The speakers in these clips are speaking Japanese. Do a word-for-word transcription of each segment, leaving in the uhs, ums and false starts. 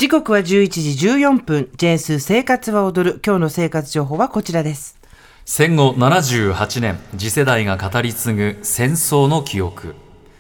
時刻はじゅういちじじゅうよんぷん。ジェーンスー生活は踊る。今日の生活情報はこちらです。 戦後ななじゅうはちねん、次世代が語り継ぐ戦争の記憶。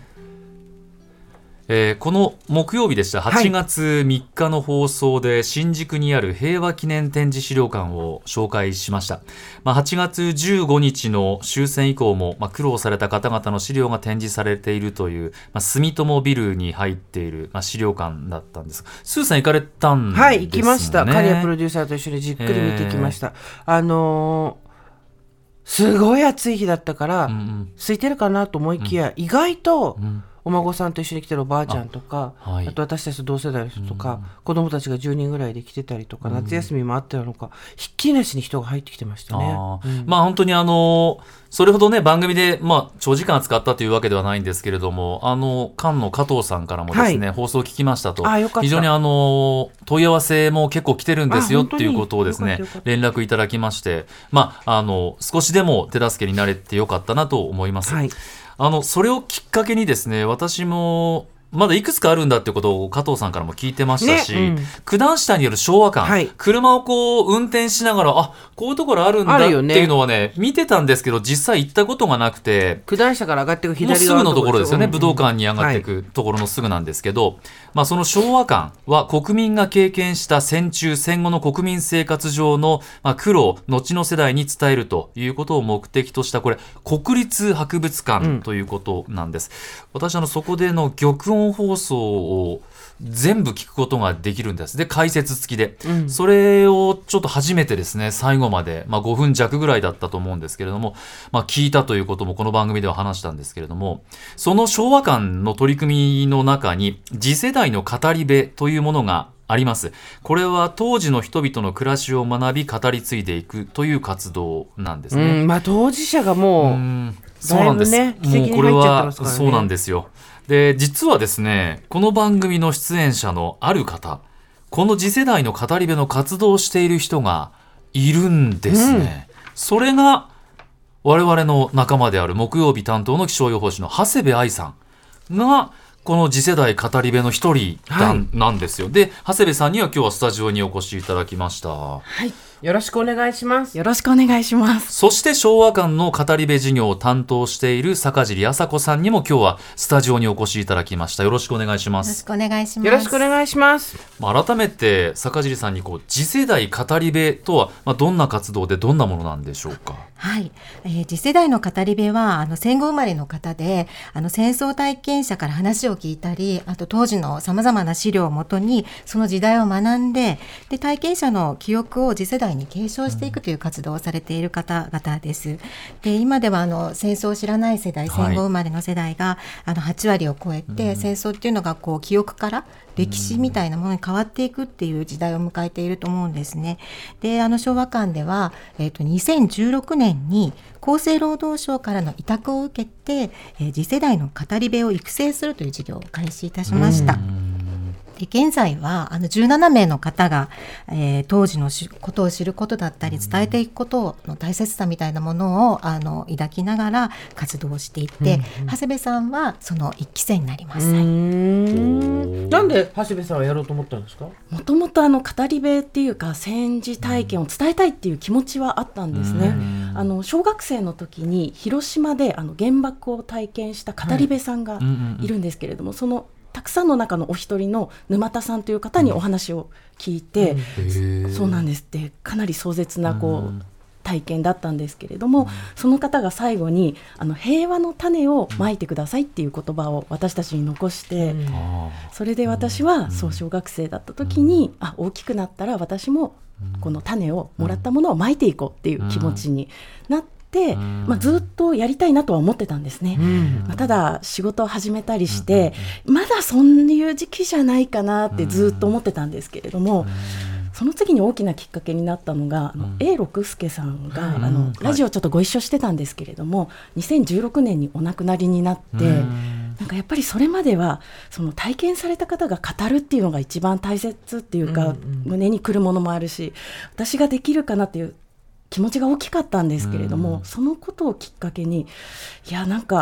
えー、この木曜日でしたはちがつみっかの放送で、はい、新宿にある平和記念展示資料館を紹介しました。まあ、はちがつじゅうごにちの終戦以降も、まあ、苦労された方々の資料が展示されているという、まあ、住友ビルに入っている、まあ、資料館だったんです。スーさん行かれたんですね。 はい、行きました。刈谷プロデューサーと一緒にじっくり見てきました。あのー、すごい暑い日だったから、うんうん、空いてるかなと思いきや、うん、意外と、うん、お孫さんと一緒に来てるおばあちゃんとか あ,、はい、あと私たちと同世代の人とか、うん、子供たちがじゅうにんぐらいで来てたりとか、うん、夏休みもあったのかひっきりなしに人が入ってきてましたね。 あ、うん、まあ本当にあのそれほどね番組で、まあ、長時間使ったというわけではないんですけれども、あの館の加藤さんからもですね、はい、放送を聞きましたと、非常にあの問い合わせも結構来てるんですよっていうことをですね連絡いただきまして、まあ、あの少しでも手助けになれてよかったなと思います。はい、あのそれをきっかけにですね、私もまだいくつかあるんだってことを加藤さんからも聞いてましたし、ね、うん、九段下による昭和館、はい、車をこう運転しながら、あ、こういうところあるんだっていうのはね、見てたんですけど実際行ったことがなくて、 九段下から上がっていく左側のところ、もうすぐのところですよね、うんうん、武道館に上がっていくところのすぐなんですけど、はい、まあ、その昭和館は国民が経験した戦中戦後の国民生活上の、まあ、苦労、後の世代に伝えるということを目的とした、これ国立博物館ということなんです。うん、私あのそこでの玉音放送を全部聞くことができるんです。で、解説付きで、うん、それをちょっと初めてですね、最後まで、まあ、ごふんじゃくぐらいだったと思うんですけれども、まあ、聞いたということもこの番組では話したんですけれども、その昭和館の取り組みの中に次世代の語り部というものがあります。これは当時の人々の暮らしを学び語り継いでいくという活動なんですね。 うん、まあ、当事者がもう、うん、 そうなんです。 ね、 もうこれはそうなんですよ。で、実はですね、この番組の出演者のある方、この次世代の語り部の活動をしている人がいるんですね。うん、それが我々の仲間である木曜日担当の気象予報士の長谷部愛さんがこの次世代語り部の一人なん、はい、なんですよ。で、長谷部さんには今日はスタジオにお越しいただきました。 はい、よろしくお願いします。 よろしくお願いします。 そして昭和館の語り部事業を担当している坂尻麻子さんにも今日はスタジオにお越しいただきました。よろしくお願いします。 よろしくお願いします。 よろしくお願いします。 改めて坂尻さんにこう次世代語り部とは、まあ、どんな活動でどんなものなんでしょうか。 はい、えー、次世代の語り部はあの戦後生まれの方で、あの戦争体験者から話を聞いたり、あと当時のさまざまな資料をもとにその時代を学んで、で体験者の記憶を次世代に継承していくという活動をされている方々です。で、今ではあの戦争を知らない世代、戦後生まれの世代が、はい、あのはちわりを超えて、うん、戦争っていうのがこう記憶から歴史みたいなものに変わっていくっていう時代を迎えていると思うんですね。で、あの昭和館では、えーと、にせんじゅうろくねんに厚生労働省からの委託を受けて、えー、次世代の語り部を育成するという事業を開始いたしました。で、現在はあのじゅうななめいの方が、えー、当時のことを知ることだったり伝えていくことの大切さみたいなものをあの抱きながら活動をしていて、うんうん、長谷部さんはその一期生になります。 うーん、なんで長谷部さんはやろうと思ったんですか。 もともとあの語り部っていうか戦時体験を伝えたいっていう気持ちはあったんですね。あの小学生の時に広島であの原爆を体験した語り部さんがいるんですけれども、はい、そのたくさんの中のお一人の沼田さんという方にお話を聞いて、うん、そうなんですってかなり壮絶なこう、うん、体験だったんですけれども、うん、その方が最後にあの平和の種をまいてくださいっていう言葉を私たちに残して、うん、それで私はそう小学生だった時に、うん、あ大きくなったら私もこの種をもらったものをまいていこうっていう気持ちになって、でまあ、ずっとやりたいなとは思ってたんですね。うんまあ、ただ仕事を始めたりして、うん、まだそういう時期じゃないかなってずっと思ってたんですけれども、うん、その次に大きなきっかけになったのが、うん、あの A 六輔さんが、うん、あのラジオちょっとご一緒してたんですけれども、はい、にせんじゅうろくねんにお亡くなりになって、うん、なんかやっぱりそれまではその体験された方が語るっていうのが一番大切っていうか、うんうん、胸にくるものもあるし、私ができるかなっていう気持ちが大きかったんですけれども、うん、そのことをきっかけにいやなんか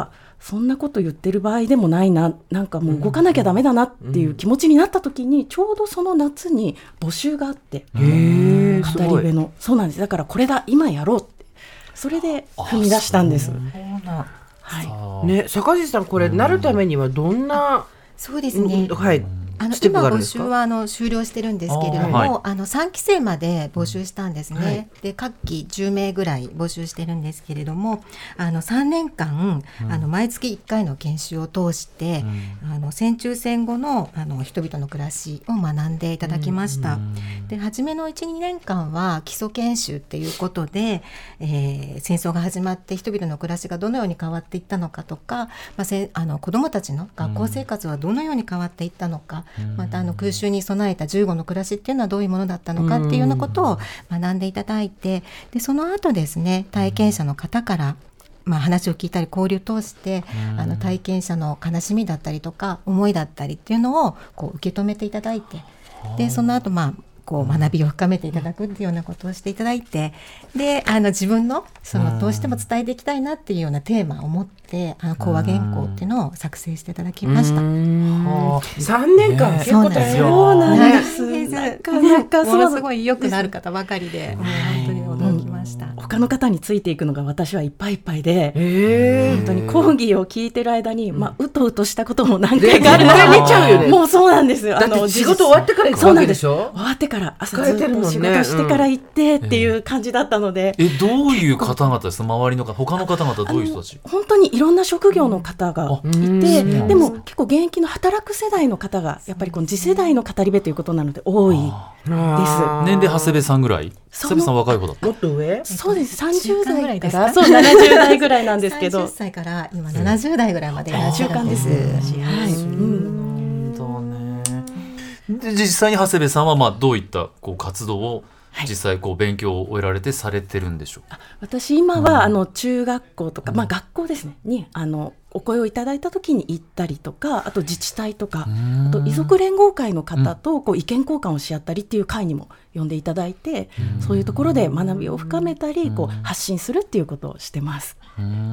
そんなこと言ってる場合でもないな、なんかもう動かなきゃダメだなっていう気持ちになった時に、ちょうどその夏に募集があって、 へー、すごい。 語り部の、そうなんです。だからこれだ、今やろうって、それで踏み出したんです。 はいね、坂地さん、これなるためにはどんな、 そうですね、 はい、 あの今募集はあの終了してるんですけれども、あ、はい、あのさんきせいまで募集したんですね、はい、で各期じゅうめいぐらい募集してるんですけれども、あのさんねんかん、うん、あの毎月いっかいの研修を通して、うん、あの戦中戦後 の, あの人々の暮らしを学んでいただきました、うん、で初めの いちにねんかんは基礎研修っていうことで、えー、戦争が始まって人々の暮らしがどのように変わっていったのかとか、まあ、せあの子どもたちの学校生活はどのように変わっていったのか、うん、またあの空襲に備えたじゅうごの暮らしっていうのはどういうものだったのかっていうようなことを学んでいただいて、でその後ですね、体験者の方からまあ、話を聞いたり交流を通してあの体験者の悲しみだったりとか思いだったりっていうのをこう受け止めていただいて、でその後まあこう学びを深めていただくっていうようなことをしていただいて、であの自分のそのどうしても伝えていきたいなっていうようなテーマを持ってあの講話原稿っていうのを作成していただきました。 さんねんかん、ね、結構大変そうなんです。 なかなかものすごい良くなる方ばかりで、もう本当に驚きました。 他の方についていくのが私はいっぱいいっぱいで、えー、本当に講義を聞いてる間に、まあ、うとうとしたことも何回かあるから寝ちゃうよね。もうそうなんですよ。 だって仕事終わってから行くわけでしょ。 終わってから朝ずっと仕事してから行ってっていう感じだったので、 うん、えどういう方々ですか？周りの方、他の方々どういう人たち？ 本当にいろんな職業の方がいて、うん、でも結構現役の働く世代の方がやっぱりこの次世代の語り部ということなので多いです。 年齢長谷部さんぐらい？長谷部さん若い方だった？ もっと上？ そうです、さんじゅうだいからそうななじゅうだいぐらいなんですけどさんじゅっさいから今ななじゅうだいぐらいまでいらっしゃるんです。はい、うんで実際に長谷部さんはまあどういったこう活動を実際こう勉強を終えられてされてるんでしょうか？ 私今はあの中学校とか、まあ、学校ですねにあのお声をいただいた時に行ったりとか、あと自治体とか、あと遺族連合会の方とこう意見交換をし合ったりっていう会にも呼んでいただいて、そういうところで学びを深めたりこう発信するっていうことをしてます。 うんうん、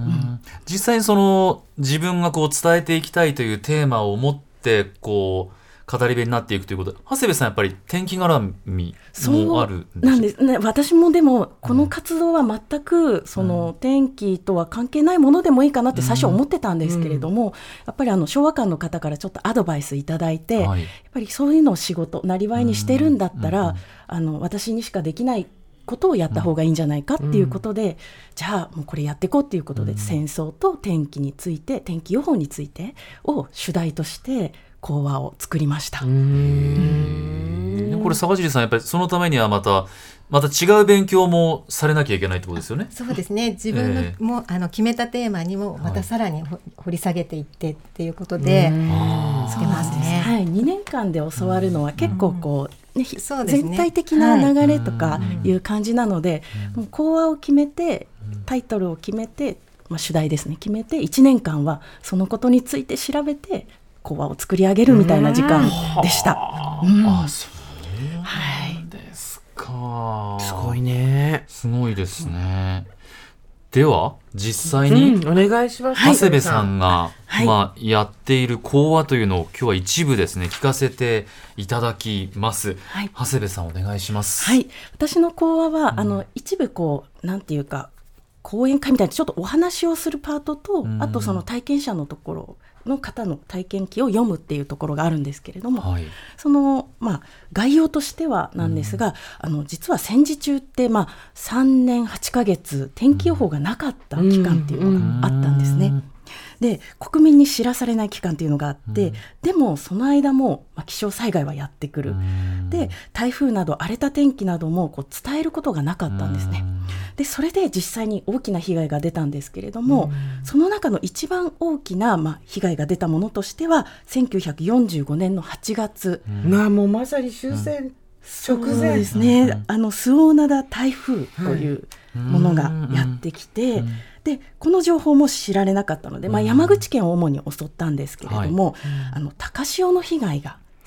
実際にその自分がこう伝えていきたいというテーマを持ってこう語り部になっていくということで、長谷部さんやっぱり天気絡みもあるんですか？ そうなんですね。私もでもこの活動は全くその天気とは関係ないものでもいいかなって最初思ってたんですけれども、うんうん、やっぱりあの昭和館の方からちょっとアドバイスいただいて、はい、やっぱりそういうのを仕事なりわいにしてるんだったら、うんうん、あの私にしかできないことをやった方がいいんじゃないかっていうことで、うん、じゃあもうこれやっていこうっていうことで、うん、戦争と天気について、天気予報についてを主題として講話を作りました。うーん、これ坂尻さんやっぱりそのためにはまたまた違う勉強もされなきゃいけないってことですよね。 そうですね、自分の、えー、もあの決めたテーマにもまたさらに、はい、掘り下げていってっていうことでしてますね。 はい、にねんかんで教わるのは結構こう、ね、そうですね、全体的な流れとかいう感じなので、もう講話を決めてタイトルを決めて、まあ、主題ですね決めていちねんかんはそのことについて調べて講話を作り上げるみたいな時間でした。 うん、あ、そうなんですか。 すごいね。 すごいですね。では実際に、 うん、お願いします。 長谷部さんが、はい、まあ、やっている講話というのを今日は一部ですね聞かせていただきます。はい、長谷部さんお願いします。 はい、私の講話は、うん、あの一部こうなんていうか講演会みたいなちょっとお話をするパートと、うん、あとその体験者のところの方の体験記を読むっていうところがあるんですけれども、はい、その、まあ、概要としてはなんですが、うん、あの実は戦時中って、まあ、さんねんはちかげつ天気予報がなかった期間っていうのがあったんですね。うんうん、で国民に知らされない期間っていうのがあって、うん、でもその間も、まあ、気象災害はやってくる、うん、で台風など荒れた天気などもこう伝えることがなかったんですね。うん、でそれで実際に大きな被害が出たんですけれども、うん、その中の一番大きな、まあ、被害が出たものとしてはせんきゅうひゃくよんじゅうごねんのはちがつ、 うん、あもうまさに終戦直前、 そうですね、うん、あの周防灘台風というものがやってきて、うんうん、でこの情報も知られなかったので、まあ、山口県を主に襲ったんですけれども、はい、あの高潮の被害が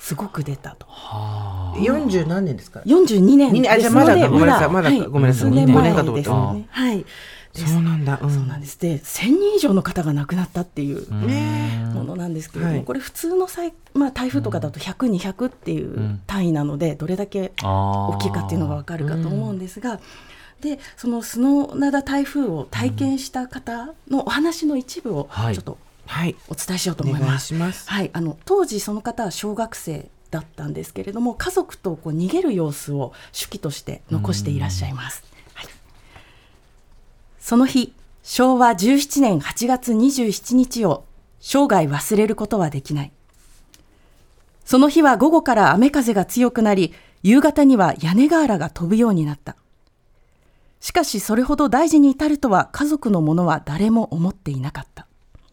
すごく出たと。 よんじゅう何年ですか？ よんじゅうにねんですので、 ごめんなさい、まだごめんなさい、 数年前かと思った。 はい。 そうなんだ、 うん、そうなんです。で、せんにん以上の方が亡くなったっていうものなんですけれども、はい、これ普通の際、まあ、台風とかだとひゃく、にひゃくっていう単位なので、どれだけ大きいかっていうのが分かるかと思うんですが、でそのスノーナダ台風を体験した方のお話の一部をちょっとお伝えしようと思います。 はい、お願いします。 はい、あの当時その方は小学生だったんですけれども、家族とこう逃げる様子を手記として残していらっしゃいます。はい、その日、しょうわじゅうななねんはちがつにじゅうしちにちを生涯忘れることはできない。その日は午後から雨風が強くなり、夕方には屋根瓦が飛ぶようになった。しかしそれほど大事に至るとは家族の者は誰も思っていなかった。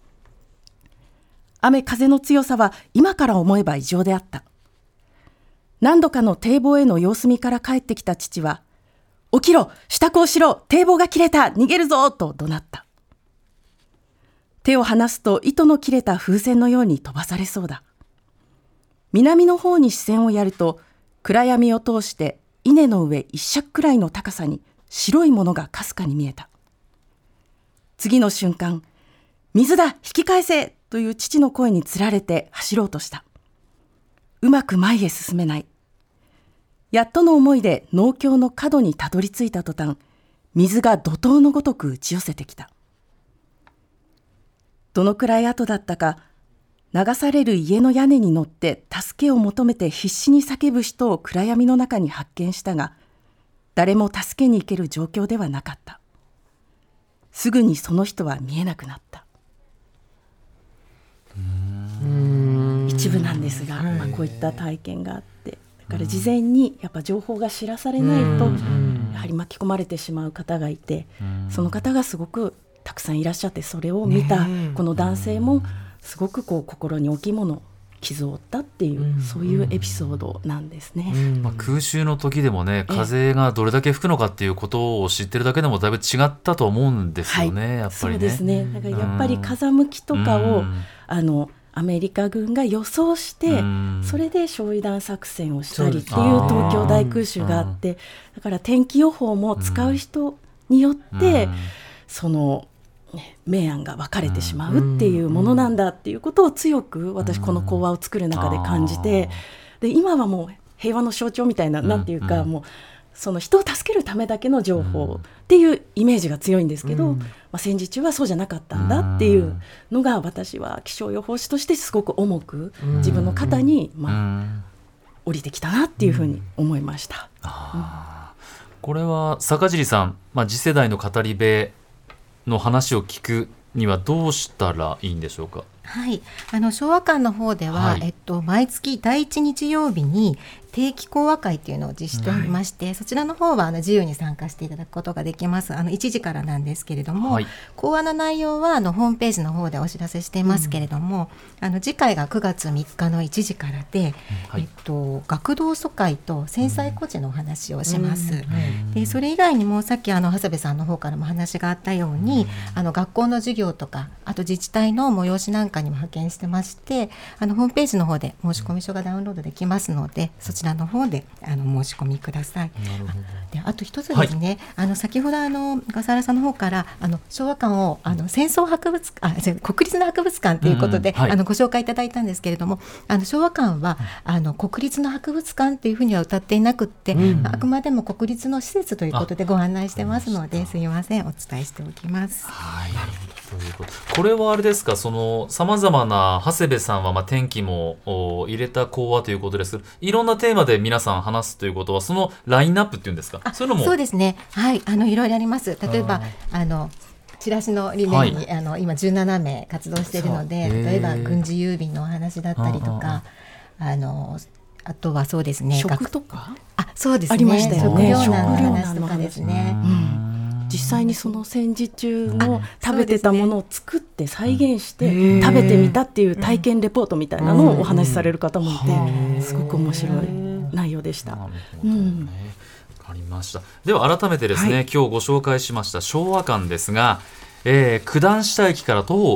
雨風の強さは今から思えば異常であった。何度かの堤防への様子見から帰ってきた父は、起きろ、支度をしろ、堤防が切れた、逃げるぞと怒鳴った。手を離すと糸の切れた風船のように飛ばされそうだ。南の方に視線をやると、暗闇を通して稲の上一尺くらいの高さに白いものがかすかに見えた。次の瞬間、水だ、引き返せという父の声につられて走ろうとした。うまく前へ進めない。やっとの思いで農協の角にたどり着いた途端、水が怒涛のごとく打ち寄せてきた。どのくらい後だったか、流される家の屋根に乗って助けを求めて必死に叫ぶ人を暗闇の中に発見したが、誰も助けに行ける状況ではなかった。すぐにその人は見えなくなった。うーん、一部なんですが、まあ、こういった体験があって、だから事前にやっぱ情報が知らされないとやはり巻き込まれてしまう方がいて、その方がすごくたくさんいらっしゃって、それを見たこの男性もすごくこう心に大きいもの傷を負ったっていう、そういうエピソードなんですね。 まあ、空襲の時でもね、風がどれだけ吹くのかっていうことを知ってるだけでもだいぶ違ったと思うんですよね、はい、やっぱりね。そうですね。だからやっぱり風向きとかをあのアメリカ軍が予想して、それで焼夷弾作戦をしたりっていう東京大空襲があって、だから天気予報も使う人によってその明暗が分かれてしまうっていうものなんだっていうことを強く私この講話を作る中で感じて、で今はもう平和の象徴みたいな、なんていうか、もうその人を助けるためだけの情報っていうイメージが強いんですけど、まあ、戦時中はそうじゃなかったんだっていうのが、私は気象予報士としてすごく重く自分の肩に、まあ、降りてきたなっていうふうに思いました。あ、これは坂尻さん、まあ、次世代の語り部の話を聞くにはどうしたらいいんでしょうか。 はい、あの昭和館の方では、はい、えっと、毎月だいいち日曜日に定期講話会というのを実施しておりまして、はい、そちらの方はあの自由に参加していただくことができます。あのいちじからなんですけれども、はい、講話の内容はあのホームページの方でお知らせしていますけれども、うん、あの次回がくがつみっかのいちじからで、はい、えっと、学童疎開と戦災孤児のお話をします、うんうん、でそれ以外にもさっきあの長谷部さんの方からも話があったように、うん、あの学校の授業とか、あと自治体の催しなんかにも派遣してまして、あのホームページの方で申し込み書がダウンロードできますので、そちらの方であの申し込みください。あ, であと一つですね、はい、あの先ほどあの笠原さんの方からあの昭和館をあの戦争博物あ国立の博物館ということで、うん、はい、あのご紹介いただいたんですけれども、あの昭和館はあの国立の博物館というふうには謳っていなくって、うん、あくまでも国立の施設ということでご案内してますので、すいません、お伝えしておきます。 はい、ということ。これはあれですか、そのさまざまな長谷部さんはまあ天気も入れた講話ということですけど、いろんなテーマで皆さん話すということは、そのラインナップっていうんですか、そういうのも。 そうですね、はい、あのいろいろあります。例えばあのチラシの理念に、はい、あの今じゅうななめい活動しているので、例えば軍事郵便のお話だったりとか、あのあとはそうですね、 食とか、 あ、そうですね、 ありましたよね、 食糧難の話とかですね、うん、 実際にその戦時中の食べてたものを作って再現して食べてみたっていう体験レポートみたいなのをお話しされる方もいて、すごく面白い内容でした。なるほどね、 わかりました。では改めてですね、はい、今日ご紹介しました昭和館ですが、えー、九段下駅から徒歩いっ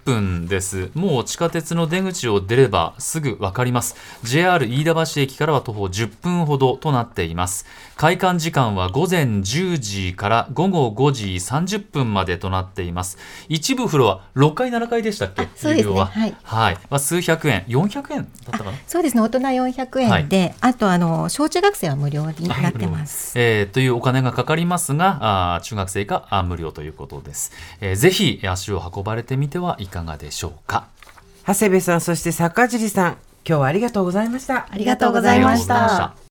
ぷんです。もう地下鉄の出口を出ればすぐ分かります。 ジェイアール 飯田橋駅からは徒歩じゅっぷんほどとなっています。開館時間はごぜんじゅうじからごごごじさんじゅっぷんまでとなっています。一部フロアろっかいななかいでしたっけ？ そうですね、 は、 はいはい、まあ、数百円よんひゃくえんだったかな。 そうですね、大人よんひゃくえんで、はい、あとあの小中学生は無料になってます、 はい、えー、というお金がかかりますが、あ中学生以下あ無料ということです、えー、ぜひ足を運ばれてみてはいかがでしょうか。 長谷部さん、そして坂尻さん、今日はありがとうございました。 ありがとうございました。